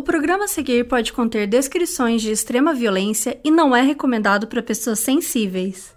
O programa a seguir pode conter descrições de extrema violência e não é recomendado para pessoas sensíveis.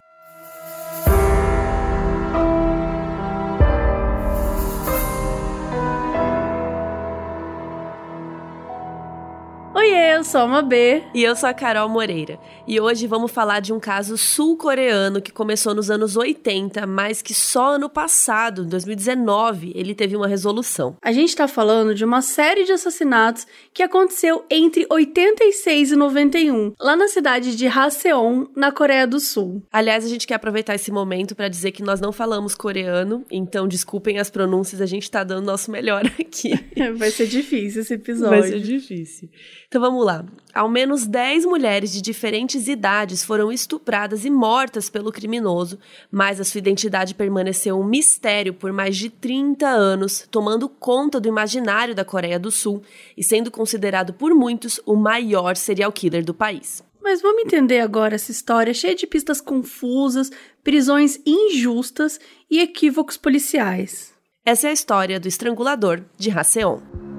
Oiê, eu sou a Mabê. E eu sou a Carol Moreira. E hoje vamos falar de um caso sul-coreano que começou nos anos 80, mas que só ano passado, em 2019, ele teve uma resolução. A gente tá falando de uma série de assassinatos que aconteceu entre 86 e 91, lá na cidade de Haseon, na Coreia do Sul. Aliás, a gente quer aproveitar esse momento para dizer que nós não falamos coreano, então desculpem as pronúncias, a gente tá dando nosso melhor aqui. Vai ser difícil esse episódio. Vai ser difícil. Então vamos lá. Ao menos 10 mulheres de diferentes idades foram estupradas e mortas pelo criminoso, mas a sua identidade permaneceu um mistério por mais de 30 anos, tomando conta do imaginário da Coreia do Sul e sendo considerado por muitos o maior serial killer do país. Mas vamos entender agora essa história cheia de pistas confusas, prisões injustas e equívocos policiais. Essa é a história do estrangulador de Haseon.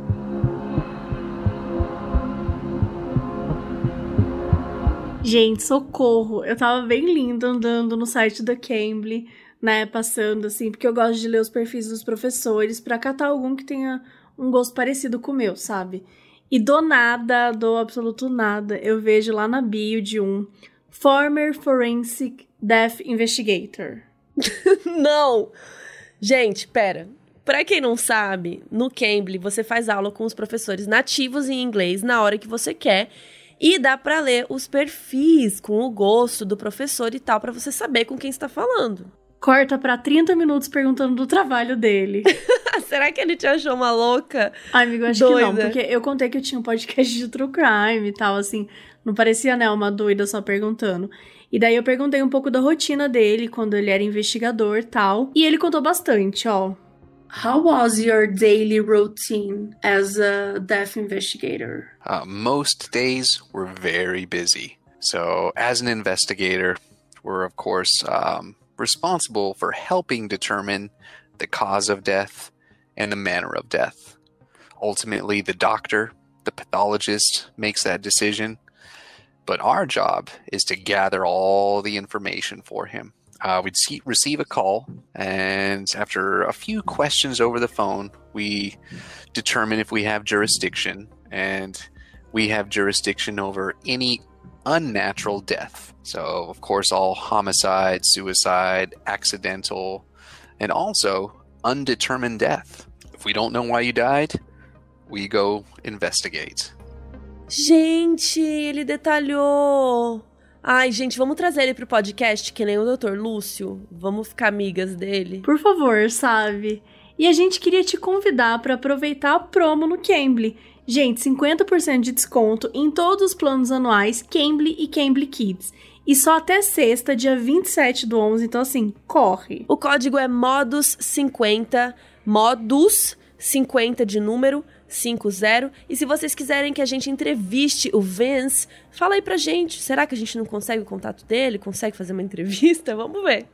Gente, socorro! Eu tava bem linda andando no site da Cambly, né, passando assim, porque eu gosto de ler os perfis dos professores pra catar algum que tenha um gosto parecido com o meu, sabe? E do absoluto nada, eu vejo lá na bio de um Former Forensic Death Investigator. Não! Gente, pera. Pra quem não sabe, no Cambly você faz aula com os professores nativos em inglês na hora que você quer. E dá pra ler os perfis com o gosto do professor e tal, pra você saber com quem você tá falando. Corta pra 30 minutos perguntando do trabalho dele. Será que ele te achou uma louca? Ai, amigo, acho doida? Que não, porque eu contei que eu tinha um podcast de true crime e tal, assim, não parecia, né, uma doida só perguntando. E daí eu perguntei um pouco da rotina dele, quando ele era investigador e tal, e ele contou bastante, ó. How was your daily routine as a death investigator? Most days were very busy. So as an investigator, we're of course responsible for helping determine the cause of death and the manner of death. Ultimately, the doctor, the pathologist, makes that decision. But our job is to gather all the information for him. We'd receive a call, and after a few questions over the phone, we determine if we have jurisdiction, and we have jurisdiction over any unnatural death. So, of course, all homicide, suicide, accidental, and also undetermined death. If we don't know why you died, we go investigate. Gente, ele detalhou... Ai, gente, vamos trazer ele pro podcast, que nem o Dr. Lúcio. Vamos ficar amigas dele. Por favor, sabe? E a gente queria te convidar para aproveitar a promo no Cambly. Gente, 50% de desconto em todos os planos anuais Cambly e Cambly Kids. E só até sexta, dia 27/11, então assim, corre. O código é MODUS50, MODUS50 de número, 50. E se vocês quiserem que a gente entreviste o Vince, fala aí pra gente. Será que a gente não consegue o contato dele? Consegue fazer uma entrevista? Vamos ver.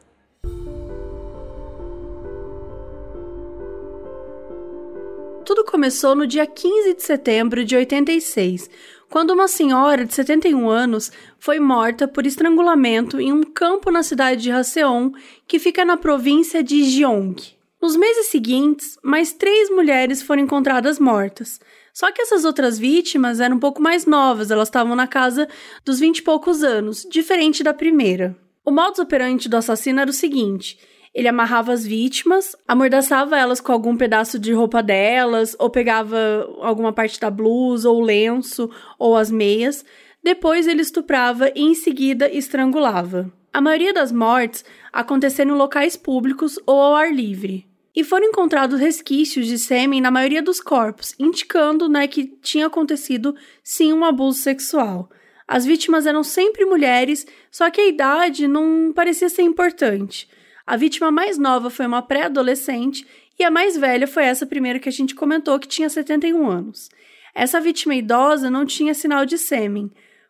Tudo começou no dia 15 de setembro de 86, quando uma senhora de 71 anos foi morta por estrangulamento em um campo na cidade de Haseon, que fica na província de Gyeong. Nos meses seguintes, mais 3 mulheres foram encontradas mortas. Só que essas outras vítimas eram um pouco mais novas, elas estavam na casa dos 20 e poucos anos, diferente da primeira. O modus operandi do assassino era o seguinte: ele amarrava as vítimas, amordaçava elas com algum pedaço de roupa delas, ou pegava alguma parte da blusa, ou lenço, ou as meias. Depois ele estuprava e em seguida estrangulava. A maioria das mortes aconteceram em locais públicos ou ao ar livre. E foram encontrados resquícios de sêmen na maioria dos corpos, indicando, né, que tinha acontecido, sim, um abuso sexual. As vítimas eram sempre mulheres, só que a idade não parecia ser importante. A vítima mais nova foi uma pré-adolescente e a mais velha foi essa primeira que a gente comentou, que tinha 71 anos. Essa vítima idosa não tinha sinal de sêmen.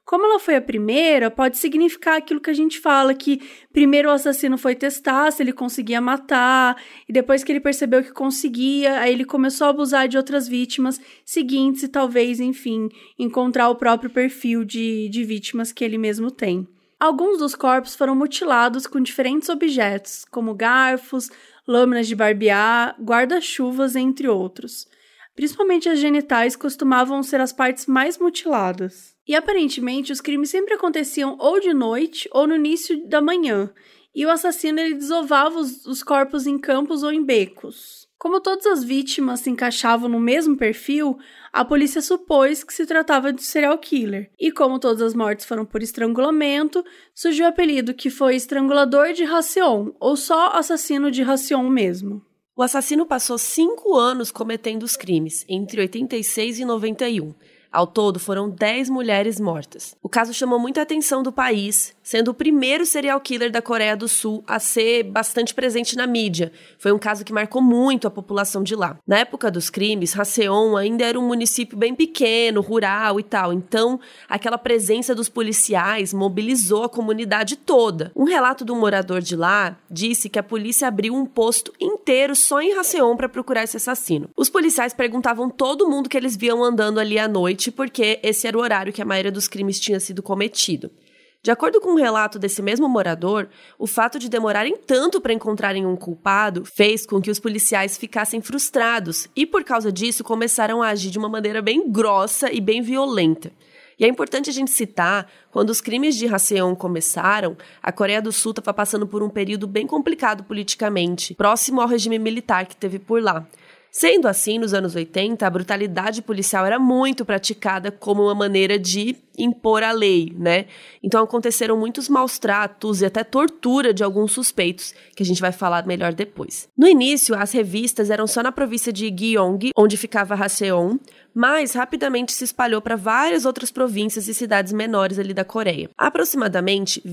Como ela foi a primeira, pode significar aquilo que a gente fala, que primeiro o assassino foi testar se ele conseguia matar, e depois que ele percebeu que conseguia, aí ele começou a abusar de outras vítimas seguintes e talvez, enfim, encontrar o próprio perfil de vítimas que ele mesmo tem. Alguns dos corpos foram mutilados com diferentes objetos, como garfos, lâminas de barbear, guarda-chuvas, entre outros. Principalmente as genitais costumavam ser as partes mais mutiladas. E aparentemente os crimes sempre aconteciam ou de noite ou no início da manhã, e o assassino ele desovava os corpos em campos ou em becos. Como todas as vítimas se encaixavam no mesmo perfil, a polícia supôs que se tratava de serial killer. E como todas as mortes foram por estrangulamento, surgiu o apelido que foi estrangulador de Raccoon, ou só assassino de Raccoon mesmo. O assassino passou 5 anos cometendo os crimes, entre 86 e 91. Ao todo, foram 10 mulheres mortas. O caso chamou muita atenção do país, sendo o primeiro serial killer da Coreia do Sul a ser bastante presente na mídia. Foi um caso que marcou muito a população de lá. Na época dos crimes, Raccoon ainda era um município bem pequeno, rural e tal. Então, aquela presença dos policiais mobilizou a comunidade toda. Um relato de um morador de lá disse que a polícia abriu um posto inteiro só em Raccoon para procurar esse assassino. Os policiais perguntavam todo mundo que eles viam andando ali à noite, porque esse era o horário que a maioria dos crimes tinha sido cometido. De acordo com um relato desse mesmo morador, o fato de demorarem tanto para encontrarem um culpado fez com que os policiais ficassem frustrados e, por causa disso, começaram a agir de uma maneira bem grossa e bem violenta. E é importante a gente citar, quando os crimes de Raccoon começaram, a Coreia do Sul estava passando por um período bem complicado politicamente, próximo ao regime militar que teve por lá. Sendo assim, nos anos 80, a brutalidade policial era muito praticada como uma maneira de impor a lei, né? Então aconteceram muitos maus-tratos e até tortura de alguns suspeitos, que a gente vai falar melhor depois. No início, as revistas eram só na província de Gyeong, onde ficava Raccoon, mas rapidamente se espalhou para várias outras províncias e cidades menores ali da Coreia. Aproximadamente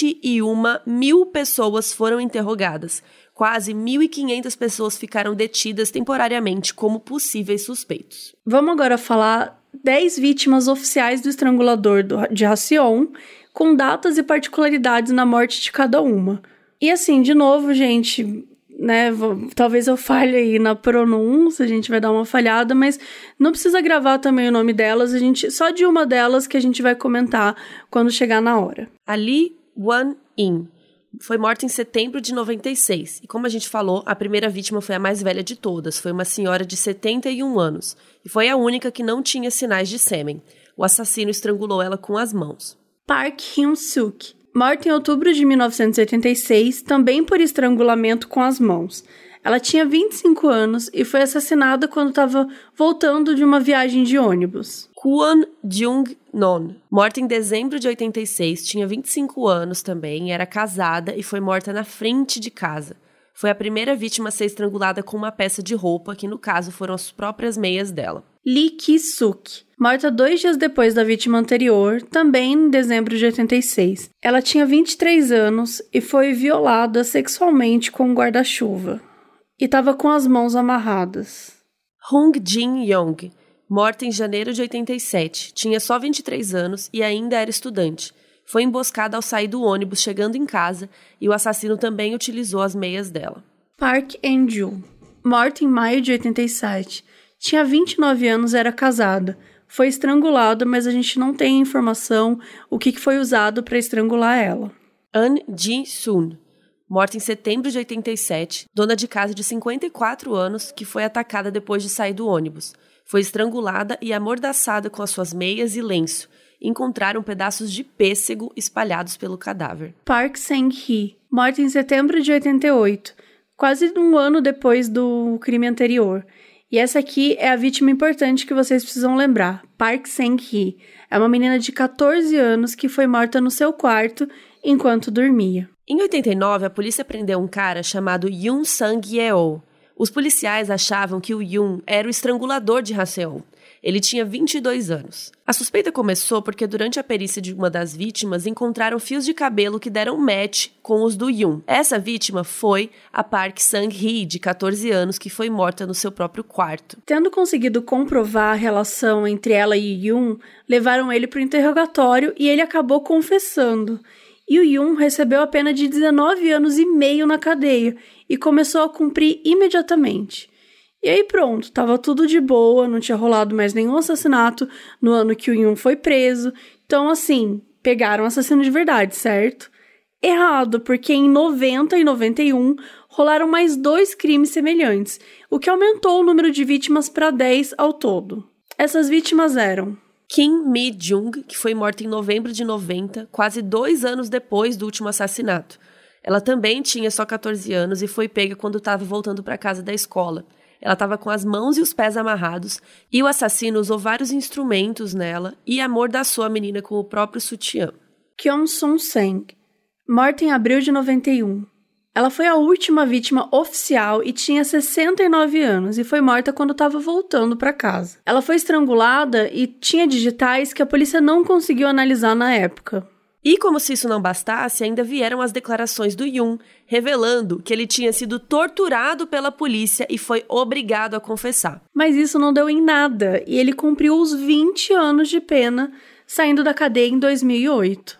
21 mil pessoas foram interrogadas. Quase 1.500 pessoas ficaram detidas temporariamente como possíveis suspeitos. Vamos agora falar 10 vítimas oficiais do estrangulador de Raccoon, com datas e particularidades na morte de cada uma. E assim, de novo, gente, né, talvez eu falhe aí na pronúncia, a gente vai dar uma falhada, mas não precisa gravar também o nome delas, só de uma delas que a gente vai comentar quando chegar na hora. Lee Won-in foi morta em setembro de 96. E como a gente falou, a primeira vítima foi a mais velha de todas. Foi uma senhora de 71 anos. E foi a única que não tinha sinais de sêmen. O assassino estrangulou ela com as mãos. Park Hyun-suk, morta em outubro de 1986, também por estrangulamento com as mãos. Ela tinha 25 anos e foi assassinada quando estava voltando de uma viagem de ônibus. Kwon Jung-non, morta em dezembro de 86, tinha 25 anos também, era casada e foi morta na frente de casa. Foi a primeira vítima a ser estrangulada com uma peça de roupa, que no caso foram as próprias meias dela. Lee Ki-suk, morta 2 dias depois da vítima anterior, também em dezembro de 86. Ela tinha 23 anos e foi violada sexualmente com um guarda-chuva. E estava com as mãos amarradas. Hong Jin-yong, morta em janeiro de 87, tinha só 23 anos e ainda era estudante. Foi emboscada ao sair do ônibus chegando em casa e o assassino também utilizou as meias dela. Park En-joo, morta em maio de 87, tinha 29 anos e era casada. Foi estrangulada, mas a gente não tem informação o que foi usado para estrangular ela. An Ji-sun, morta em setembro de 87, dona de casa de 54 anos que foi atacada depois de sair do ônibus. Foi estrangulada e amordaçada com as suas meias e lenço. Encontraram pedaços de pêssego espalhados pelo cadáver. Park Sang-hee, morta em setembro de 88, quase um ano depois do crime anterior. E essa aqui é a vítima importante que vocês precisam lembrar. Park Sang-hee é uma menina de 14 anos que foi morta no seu quarto enquanto dormia. Em 89, a polícia prendeu um cara chamado Yoon Sang-yeol. Os policiais achavam que o Yoon era o estrangulador de Raccoon. Ele tinha 22 anos. A suspeita começou porque durante a perícia de uma das vítimas encontraram fios de cabelo que deram match com os do Yoon. Essa vítima foi a Park Sang-hee, de 14 anos, que foi morta no seu próprio quarto. Tendo conseguido comprovar a relação entre ela e Yoon, levaram ele para o interrogatório e ele acabou confessando. E o Yoon recebeu a pena de 19 anos e meio na cadeia e começou a cumprir imediatamente. E aí pronto, tava tudo de boa, não tinha rolado mais nenhum assassinato no ano que o Yoon foi preso. Então, assim, pegaram o assassino de verdade, certo? Errado, porque em 90 e 91 rolaram mais 2 crimes semelhantes, o que aumentou o número de vítimas para 10 ao todo. Essas vítimas eram Kim Mi-jung, que foi morta em novembro de 90, quase 2 anos depois do último assassinato. Ela também tinha só 14 anos e foi pega quando estava voltando para casa da escola. Ela estava com as mãos e os pés amarrados e o assassino usou vários instrumentos nela e amordaçou a menina com o próprio sutiã. Kyon Sun-seng, morta em abril de 91. Ela foi a última vítima oficial e tinha 69 anos e foi morta quando estava voltando para casa. Ela foi estrangulada e tinha digitais que a polícia não conseguiu analisar na época. E como se isso não bastasse, ainda vieram as declarações do Yoon, revelando que ele tinha sido torturado pela polícia e foi obrigado a confessar. Mas isso não deu em nada, e ele cumpriu os 20 anos de pena, saindo da cadeia em 2008.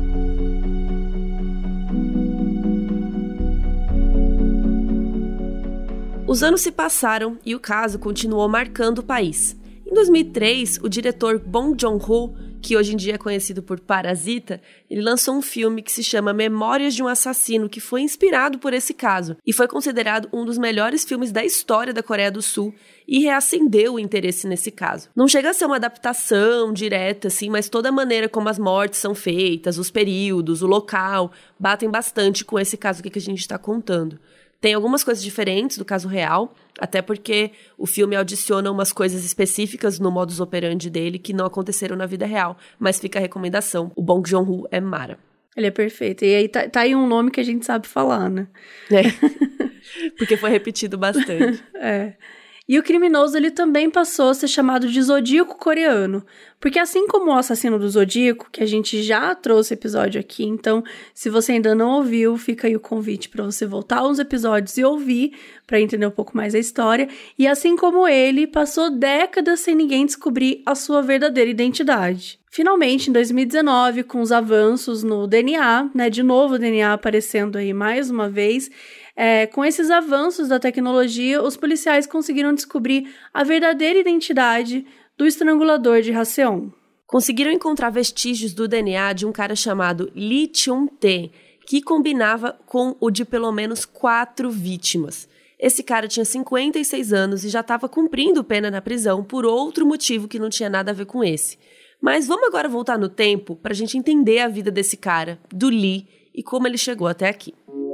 Os anos se passaram e o caso continuou marcando o país. Em 2003, o diretor Bong Joon-ho, que hoje em dia é conhecido por Parasita, ele lançou um filme que se chama Memórias de um Assassino, que foi inspirado por esse caso e foi considerado um dos melhores filmes da história da Coreia do Sul e reacendeu o interesse nesse caso. Não chega a ser uma adaptação direta, assim, mas toda a maneira como as mortes são feitas, os períodos, o local, batem bastante com esse caso aqui que a gente está contando. Tem algumas coisas diferentes do caso real, até porque o filme adiciona umas coisas específicas no modus operandi dele que não aconteceram na vida real, mas fica a recomendação. O Bong Joon-ho é mara. Ele é perfeito. E aí tá aí um nome que a gente sabe falar, né? É, porque foi repetido bastante. É. E o criminoso, ele também passou a ser chamado de Zodíaco coreano, porque assim como o assassino do Zodíaco, que a gente já trouxe episódio aqui, então se você ainda não ouviu, fica aí o convite para você voltar aos episódios e ouvir, para entender um pouco mais a história, e assim como ele, passou décadas sem ninguém descobrir a sua verdadeira identidade. Finalmente, em 2019, com os avanços no DNA, né, de novo o DNA aparecendo aí mais uma vez, com esses avanços da tecnologia, os policiais conseguiram descobrir a verdadeira identidade do estrangulador de Haseon. Conseguiram encontrar vestígios do DNA de um cara chamado Lee Chun-tae, que combinava com o de pelo menos 4 vítimas. Esse cara tinha 56 anos e já estava cumprindo pena na prisão por outro motivo que não tinha nada a ver com esse. Mas vamos agora voltar no tempo para a gente entender a vida desse cara, do Lee, e como ele chegou até aqui.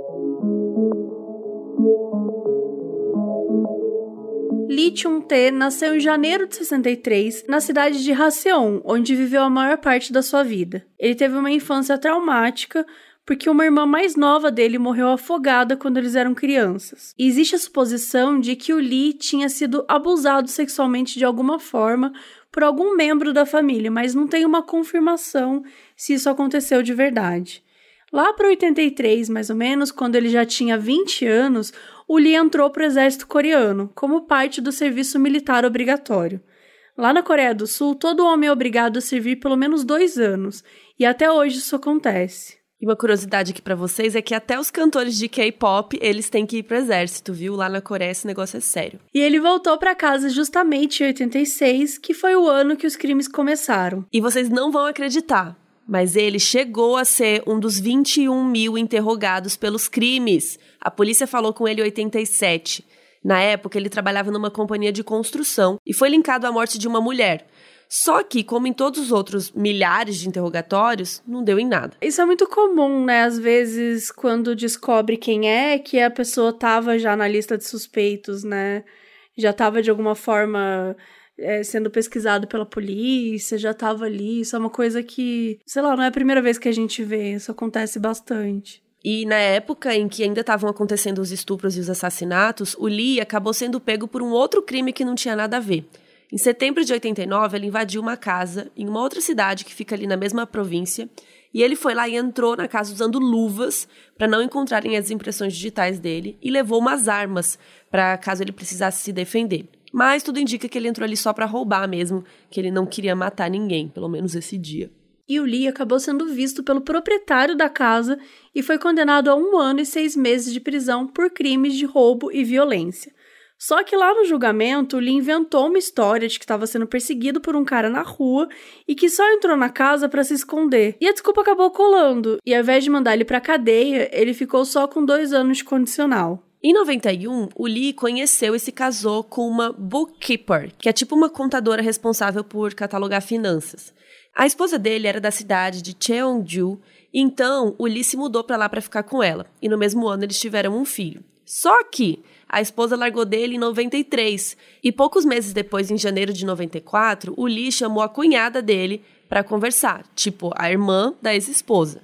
Lee Chun-tae nasceu em janeiro de 63, na cidade de Haseon, onde viveu a maior parte da sua vida. Ele teve uma infância traumática, porque uma irmã mais nova dele morreu afogada quando eles eram crianças. E existe a suposição de que o Lee tinha sido abusado sexualmente de alguma forma por algum membro da família, mas não tem uma confirmação se isso aconteceu de verdade. Lá para 83, mais ou menos, quando ele já tinha 20 anos, o Lee entrou para o exército coreano, como parte do serviço militar obrigatório. Lá na Coreia do Sul, todo homem é obrigado a servir pelo menos 2 anos, e até hoje isso acontece. E uma curiosidade aqui pra vocês é que até os cantores de K-pop, eles têm que ir pro exército, viu? Lá na Coreia esse negócio é sério. E ele voltou pra casa justamente em 86, que foi o ano que os crimes começaram. E vocês não vão acreditar, mas ele chegou a ser um dos 21 mil interrogados pelos crimes. A polícia falou com ele em 87. Na época, ele trabalhava numa companhia de construção e foi linkado à morte de uma mulher. Só que, como em todos os outros milhares de interrogatórios, não deu em nada. Isso é muito comum, né? Às vezes, quando descobre quem é, que a pessoa estava já na lista de suspeitos, né? Já estava, de alguma forma, sendo pesquisado pela polícia, já estava ali. Isso é uma coisa que, sei lá, não é a primeira vez que a gente vê. Isso acontece bastante. E na época em que ainda estavam acontecendo os estupros e os assassinatos, o Lee acabou sendo pego por um outro crime que não tinha nada a ver. Em setembro de 89, ele invadiu uma casa em uma outra cidade que fica ali na mesma província, e ele foi lá e entrou na casa usando luvas para não encontrarem as impressões digitais dele e levou umas armas para caso ele precisasse se defender. Mas tudo indica que ele entrou ali só para roubar mesmo, que ele não queria matar ninguém, pelo menos esse dia. E o Lee acabou sendo visto pelo proprietário da casa e foi condenado a 1 ano e 6 meses de prisão por crimes de roubo e violência. Só que lá no julgamento, o Lee inventou uma história de que estava sendo perseguido por um cara na rua e que só entrou na casa para se esconder. E a desculpa acabou colando, e ao invés de mandar ele pra cadeia, ele ficou só com 2 anos de condicional. Em 91, o Lee conheceu e se casou com uma bookkeeper, que é tipo uma contadora responsável por catalogar finanças. A esposa dele era da cidade de Cheongju, então o Lee se mudou para lá para ficar com ela, e no mesmo ano eles tiveram um filho. Só que a esposa largou dele em 93, e poucos meses depois, em janeiro de 94, o Lee chamou a cunhada dele para conversar, tipo a irmã da ex-esposa.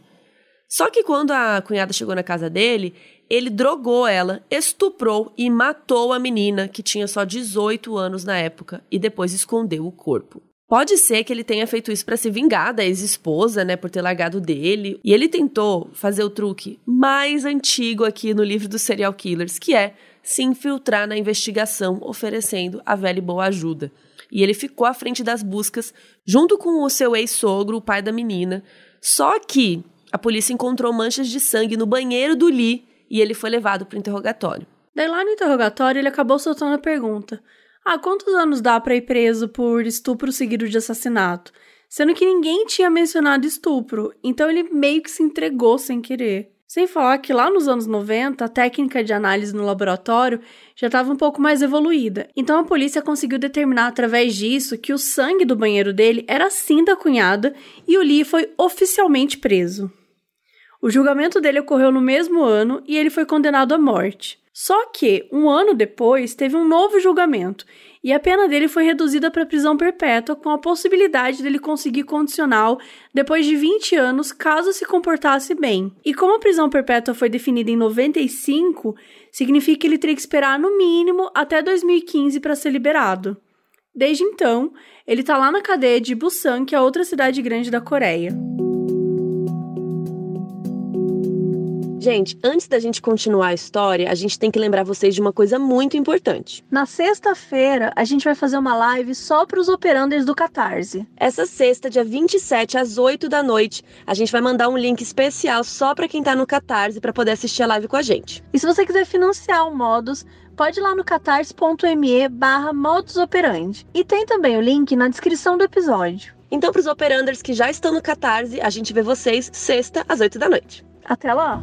Só que quando a cunhada chegou na casa dele, ele drogou ela, estuprou e matou a menina, que tinha só 18 anos na época, e depois escondeu o corpo. Pode ser que ele tenha feito isso para se vingar da ex-esposa, né, por ter largado dele. E ele tentou fazer o truque mais antigo aqui no livro dos serial killers, que é se infiltrar na investigação, oferecendo a velha e boa ajuda. E ele ficou à frente das buscas, junto com o seu ex-sogro, o pai da menina. Só que a polícia encontrou manchas de sangue no banheiro do Lee e ele foi levado para o interrogatório. Daí lá no interrogatório ele acabou soltando a pergunta: quantos anos dá pra ir preso por estupro seguido de assassinato? Sendo que ninguém tinha mencionado estupro, então ele meio que se entregou sem querer. Sem falar que lá nos anos 90, a técnica de análise no laboratório já estava um pouco mais evoluída. Então a polícia conseguiu determinar através disso que o sangue do banheiro dele era sim da cunhada e o Lee foi oficialmente preso. O julgamento dele ocorreu no mesmo ano e ele foi condenado à morte. Só que, 1 ano depois, teve um novo julgamento, e a pena dele foi reduzida para prisão perpétua, com a possibilidade dele conseguir condicional depois de 20 anos, caso se comportasse bem. E como a prisão perpétua foi definida em 95, significa que ele teria que esperar no mínimo até 2015 para ser liberado. Desde então, ele está lá na cadeia de Busan, que é outra cidade grande da Coreia. Gente, antes da gente continuar a história, a gente tem que lembrar vocês de uma coisa muito importante. Na sexta-feira, a gente vai fazer uma live só para os operanders do Catarse. Essa sexta, dia 27, às 8 da noite, a gente vai mandar um link especial só para quem tá no Catarse para poder assistir a live com a gente. E se você quiser financiar o Modus, pode ir lá no catarse.me/modusoperandi. E tem também o link na descrição do episódio. Então, para os operanders que já estão no Catarse, a gente vê vocês sexta, às 8 da noite. Até lá!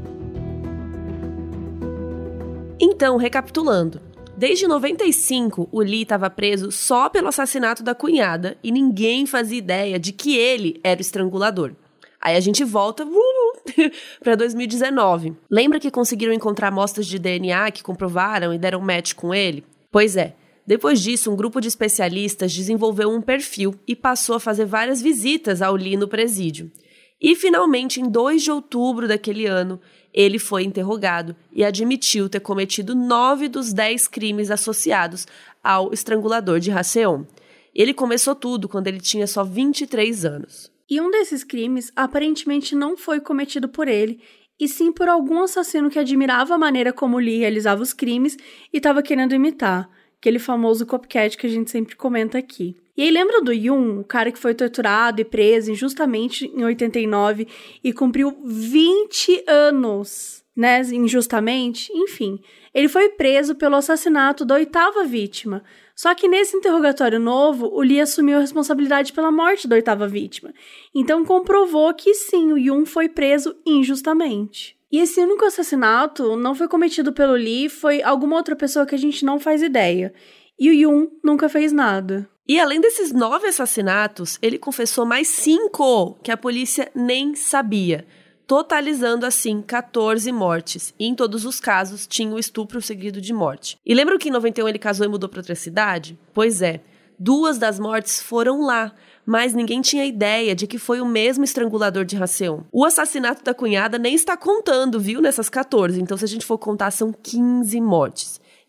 Então, recapitulando, desde 95 o Lee estava preso só pelo assassinato da cunhada e ninguém fazia ideia de que ele era o estrangulador. Aí a gente volta para 2019. Lembra que conseguiram encontrar amostras de DNA que comprovaram e deram match com ele? Pois é, depois disso um grupo de especialistas desenvolveu um perfil e passou a fazer várias visitas ao Lee no presídio. E finalmente, em 2 de outubro daquele ano, ele foi interrogado e admitiu ter cometido 9 dos 10 crimes associados ao estrangulador de Haseon. Ele começou tudo quando ele tinha só 23 anos. E um desses crimes aparentemente não foi cometido por ele, e sim por algum assassino que admirava a maneira como Lee realizava os crimes e estava querendo imitar, aquele famoso copycat que a gente sempre comenta aqui. E aí lembra do Yoon, o cara que foi torturado e preso injustamente em 89 e cumpriu 20 anos, né, injustamente? Enfim, ele foi preso pelo assassinato da 8ª vítima. Só que nesse interrogatório novo, o Lee assumiu a responsabilidade pela morte da 8ª vítima. Então comprovou que sim, o Yoon foi preso injustamente. E esse único assassinato não foi cometido pelo Lee, foi alguma outra pessoa que a gente não faz ideia. E o Yoon nunca fez nada. E além desses 9 assassinatos, ele confessou mais 5 que a polícia nem sabia, totalizando assim 14 mortes. E em todos os casos tinha o estupro seguido de morte. E lembram que em 91 ele casou e mudou para outra cidade? Pois é, 2 das mortes foram lá, mas ninguém tinha ideia de que foi o mesmo estrangulador de Haseon. O assassinato da cunhada nem está contando, viu, nessas 14. Então se a gente for contar, são 15 mortes.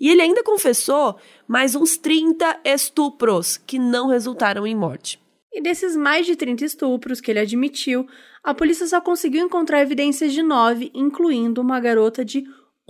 E ele ainda confessou mais uns 30 estupros que não resultaram em morte. E desses mais de 30 estupros que ele admitiu, a polícia só conseguiu encontrar evidências de 9, incluindo uma garota de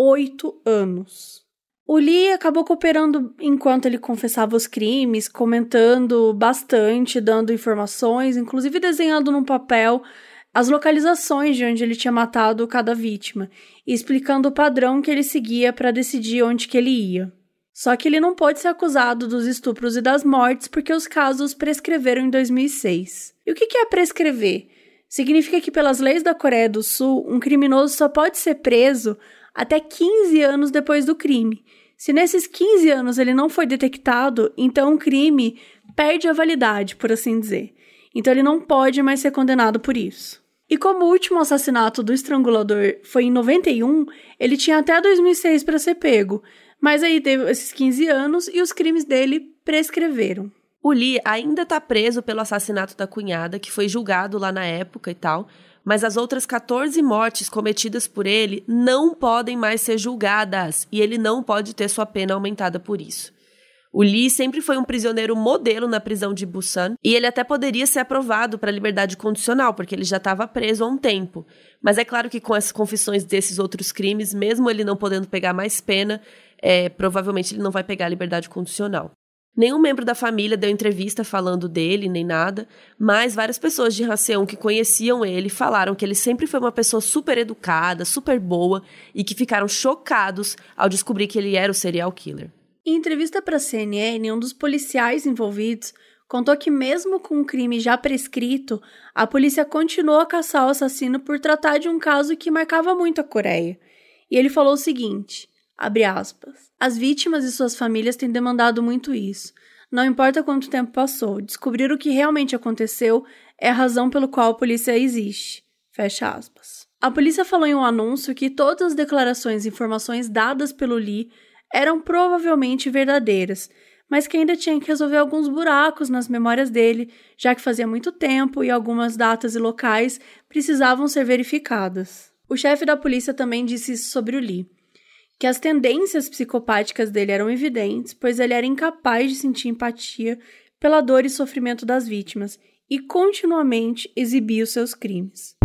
8 anos. O Lee acabou cooperando enquanto ele confessava os crimes, comentando bastante, dando informações, inclusive desenhando num papel as localizações de onde ele tinha matado cada vítima, e explicando o padrão que ele seguia para decidir onde que ele ia. Só que ele não pôde ser acusado dos estupros e das mortes porque os casos prescreveram em 2006. E o que é prescrever? Significa que, pelas leis da Coreia do Sul, um criminoso só pode ser preso até 15 anos depois do crime. Se nesses 15 anos ele não foi detectado, então o crime perde a validade, por assim dizer. Então ele não pode mais ser condenado por isso. E como o último assassinato do estrangulador foi em 91, ele tinha até 2006 para ser pego. Mas aí teve esses 15 anos e os crimes dele prescreveram. O Lee ainda tá preso pelo assassinato da cunhada, que foi julgado lá na época e tal, mas as outras 14 mortes cometidas por ele não podem mais ser julgadas e ele não pode ter sua pena aumentada por isso. O Lee sempre foi um prisioneiro modelo na prisão de Busan e ele até poderia ser aprovado para liberdade condicional, porque ele já estava preso há um tempo. Mas é claro que com as confissões desses outros crimes, mesmo ele não podendo pegar mais pena, provavelmente ele não vai pegar a liberdade condicional. Nenhum membro da família deu entrevista falando dele, nem nada, mas várias pessoas de Haseon que conheciam ele falaram que ele sempre foi uma pessoa super educada, super boa e que ficaram chocados ao descobrir que ele era o serial killer. Em entrevista para a CNN, um dos policiais envolvidos contou que mesmo com um crime já prescrito, a polícia continuou a caçar o assassino por tratar de um caso que marcava muito a Coreia. E ele falou o seguinte, abre aspas, as vítimas e suas famílias têm demandado muito isso. Não importa quanto tempo passou, descobrir o que realmente aconteceu é a razão pelo qual a polícia existe. Fecha aspas. A polícia falou em um anúncio que todas as declarações e informações dadas pelo Lee eram provavelmente verdadeiras, mas que ainda tinha que resolver alguns buracos nas memórias dele, já que fazia muito tempo e algumas datas e locais precisavam ser verificadas. O chefe da polícia também disse isso sobre o Lee, que as tendências psicopáticas dele eram evidentes, pois ele era incapaz de sentir empatia pela dor e sofrimento das vítimas e continuamente exibia os seus crimes.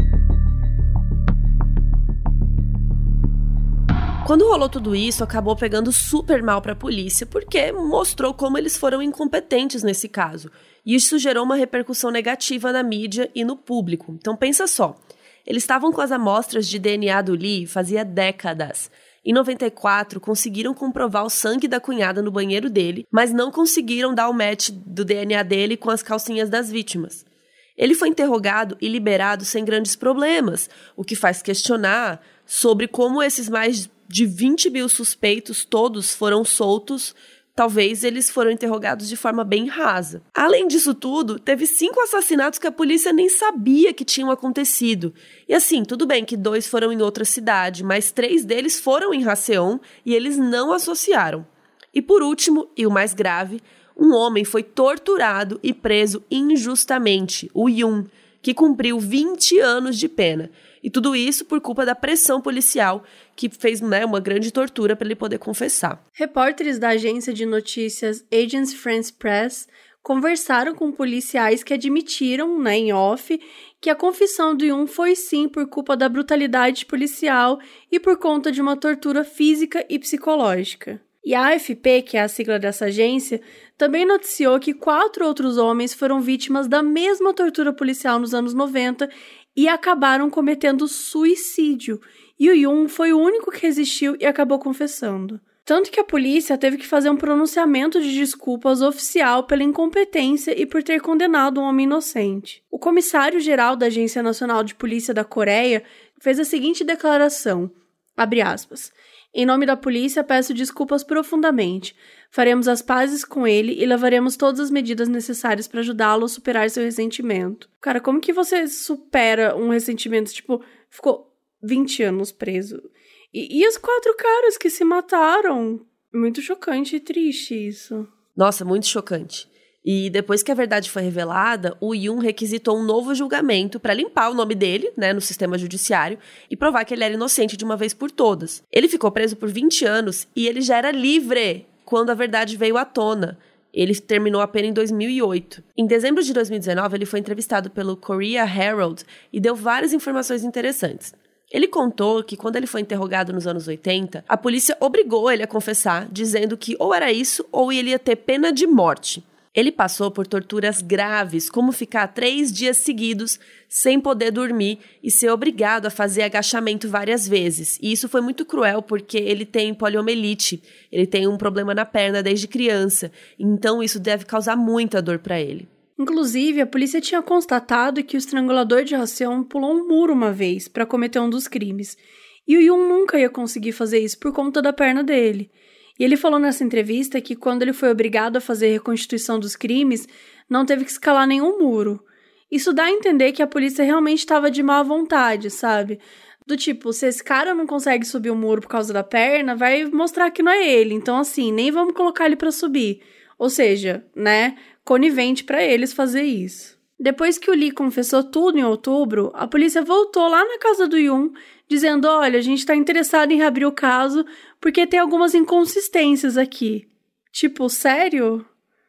Quando rolou tudo isso, acabou pegando super mal para a polícia, porque mostrou como eles foram incompetentes nesse caso. E isso gerou uma repercussão negativa na mídia e no público. Então pensa só, eles estavam com as amostras de DNA do Lee fazia décadas. Em 94, conseguiram comprovar o sangue da cunhada no banheiro dele, mas não conseguiram dar o match do DNA dele com as calcinhas das vítimas. Ele foi interrogado e liberado sem grandes problemas, o que faz questionar sobre como esses mais de 20 mil suspeitos todos foram soltos. Talvez eles foram interrogados de forma bem rasa. Além disso tudo, teve 5 assassinatos que a polícia nem sabia que tinham acontecido. E assim, tudo bem que 2 foram em outra cidade, mas 3 deles foram em Haseon e eles não associaram. E por último, e o mais grave, um homem foi torturado e preso injustamente, o Yun, que cumpriu 20 anos de pena. E tudo isso por culpa da pressão policial, que fez uma grande tortura para ele poder confessar. Repórteres da agência de notícias Agence France Presse conversaram com policiais que admitiram, em off, que a confissão do Yun foi sim por culpa da brutalidade policial e por conta de uma tortura física e psicológica. E a AFP, que é a sigla dessa agência, também noticiou que 4 outros homens foram vítimas da mesma tortura policial nos anos 90 e acabaram cometendo suicídio. E o Yun foi o único que resistiu e acabou confessando. Tanto que a polícia teve que fazer um pronunciamento de desculpas oficial pela incompetência e por ter condenado um homem inocente. O comissário-geral da Agência Nacional de Polícia da Coreia fez a seguinte declaração, abre aspas, em nome da polícia, peço desculpas profundamente. Faremos as pazes com ele e levaremos todas as medidas necessárias para ajudá-lo a superar seu ressentimento. Cara, como que você supera um ressentimento? Ficou 20 anos preso. E os 4 caras que se mataram? Muito chocante e triste isso. Nossa, muito chocante. E depois que a verdade foi revelada, o Yoon requisitou um novo julgamento para limpar o nome dele, né, no sistema judiciário e provar que ele era inocente de uma vez por todas. Ele ficou preso por 20 anos e ele já era livre quando a verdade veio à tona. Ele terminou a pena em 2008. Em dezembro de 2019, ele foi entrevistado pelo Korea Herald e deu várias informações interessantes. Ele contou que quando ele foi interrogado nos anos 80, a polícia obrigou ele a confessar, dizendo que ou era isso ou ele ia ter pena de morte. Ele passou por torturas graves, como ficar 3 dias seguidos sem poder dormir e ser obrigado a fazer agachamento várias vezes. E isso foi muito cruel porque ele tem poliomielite, ele tem um problema na perna desde criança, então isso deve causar muita dor para ele. Inclusive, a polícia tinha constatado que o estrangulador de Haseon pulou um muro uma vez para cometer um dos crimes. E o Yoon nunca ia conseguir fazer isso por conta da perna dele. E ele falou nessa entrevista que quando ele foi obrigado a fazer a reconstituição dos crimes, não teve que escalar nenhum muro. Isso dá a entender que a polícia realmente estava de má vontade, sabe? Do tipo, se esse cara não consegue subir o muro por causa da perna, vai mostrar que não é ele. Então, assim, nem vamos colocar ele para subir. Ou seja, né, conivente para eles fazer isso. Depois que o Lee confessou tudo em outubro, a polícia voltou lá na casa do Yoon, dizendo, olha, a gente tá interessado em reabrir o caso porque tem algumas inconsistências aqui. Tipo, sério?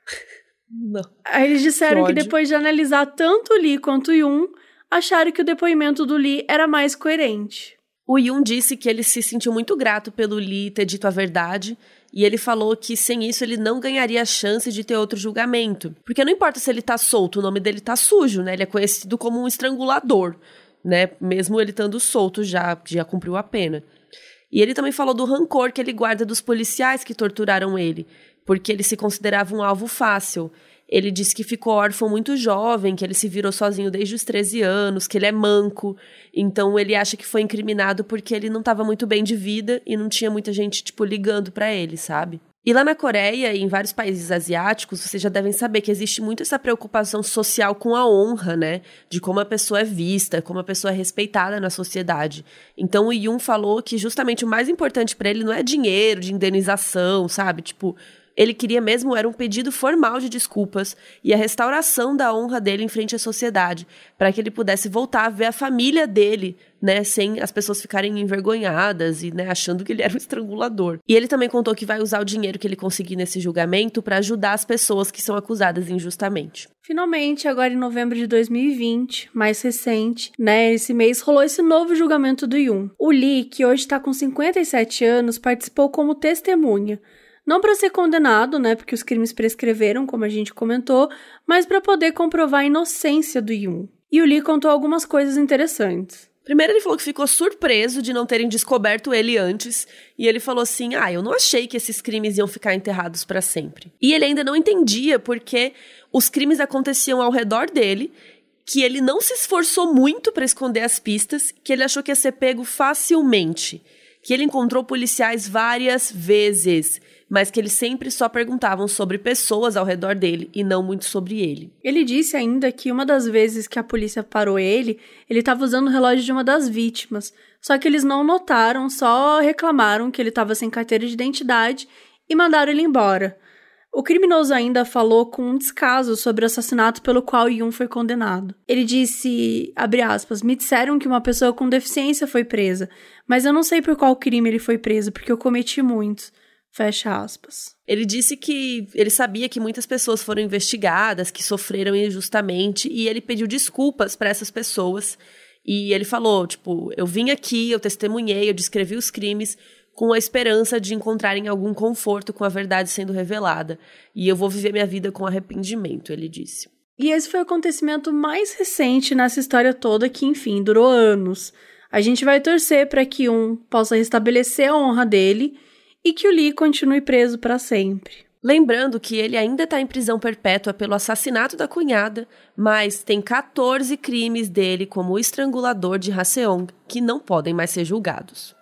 Não. Aí eles disseram que depois de analisar tanto o Lee quanto o Yoon, acharam que o depoimento do Lee era mais coerente. O Yoon disse que ele se sentiu muito grato pelo Lee ter dito a verdade, e ele falou que sem isso ele não ganharia a chance de ter outro julgamento. Porque não importa se ele tá solto, o nome dele tá sujo, né? Ele é conhecido como um estrangulador, né? Mesmo ele estando solto já cumpriu a pena. E ele também falou do rancor que ele guarda dos policiais que torturaram ele, porque ele se considerava um alvo fácil. Ele disse que ficou órfão muito jovem, que ele se virou sozinho desde os 13 anos, que ele é manco. Então ele acha que foi incriminado porque ele não estava muito bem de vida e não tinha muita gente, tipo, ligando pra ele, sabe? E lá na Coreia e em vários países asiáticos, vocês já devem saber que existe muito essa preocupação social com a honra, né? De como a pessoa é vista, como a pessoa é respeitada na sociedade. Então o Yoon falou que justamente o mais importante pra ele não é dinheiro, de indenização, sabe? Tipo, ele queria mesmo era um pedido formal de desculpas e a restauração da honra dele em frente à sociedade, para que ele pudesse voltar a ver a família dele, né, sem as pessoas ficarem envergonhadas e, né, achando que ele era um estrangulador. E ele também contou que vai usar o dinheiro que ele conseguir nesse julgamento para ajudar as pessoas que são acusadas injustamente. Finalmente, agora em novembro de 2020, mais recente, né, esse mês, rolou esse novo julgamento do Yoon. O Lee, que hoje está com 57 anos, participou como testemunha. Não para ser condenado, né, porque os crimes prescreveram, como a gente comentou, mas para poder comprovar a inocência do Yoon. E o Lee contou algumas coisas interessantes. Primeiro ele falou que ficou surpreso de não terem descoberto ele antes, e ele falou assim, eu não achei que esses crimes iam ficar enterrados para sempre. E ele ainda não entendia porque os crimes aconteciam ao redor dele, que ele não se esforçou muito para esconder as pistas, que ele achou que ia ser pego facilmente, que ele encontrou policiais várias vezes, mas que eles sempre só perguntavam sobre pessoas ao redor dele e não muito sobre ele. Ele disse ainda que uma das vezes que a polícia parou ele estava usando o relógio de uma das vítimas, só que eles não notaram, só reclamaram que ele estava sem carteira de identidade e mandaram ele embora. O criminoso ainda falou com um descaso sobre o assassinato pelo qual Yoon foi condenado. Ele disse, abre aspas, me disseram que uma pessoa com deficiência foi presa, mas eu não sei por qual crime ele foi preso, porque eu cometi muitos. Fecha aspas. Ele disse que ele sabia que muitas pessoas foram investigadas, que sofreram injustamente, e ele pediu desculpas para essas pessoas. E ele falou, tipo, eu vim aqui, eu testemunhei, eu descrevi os crimes com a esperança de encontrarem algum conforto com a verdade sendo revelada. E eu vou viver minha vida com arrependimento, ele disse. E esse foi o acontecimento mais recente nessa história toda que, enfim, durou anos. A gente vai torcer para que possa restabelecer a honra dele e que o Lee continue preso para sempre. Lembrando que ele ainda está em prisão perpétua pelo assassinato da cunhada, mas tem 14 crimes dele como estrangulador de Haseong que não podem mais ser julgados.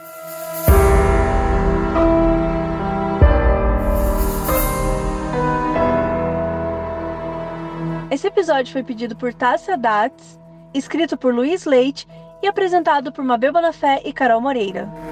Esse episódio foi pedido por Tássia Datz, escrito por Luiz Leite e apresentado por Mabel Bonafé e Carol Moreira.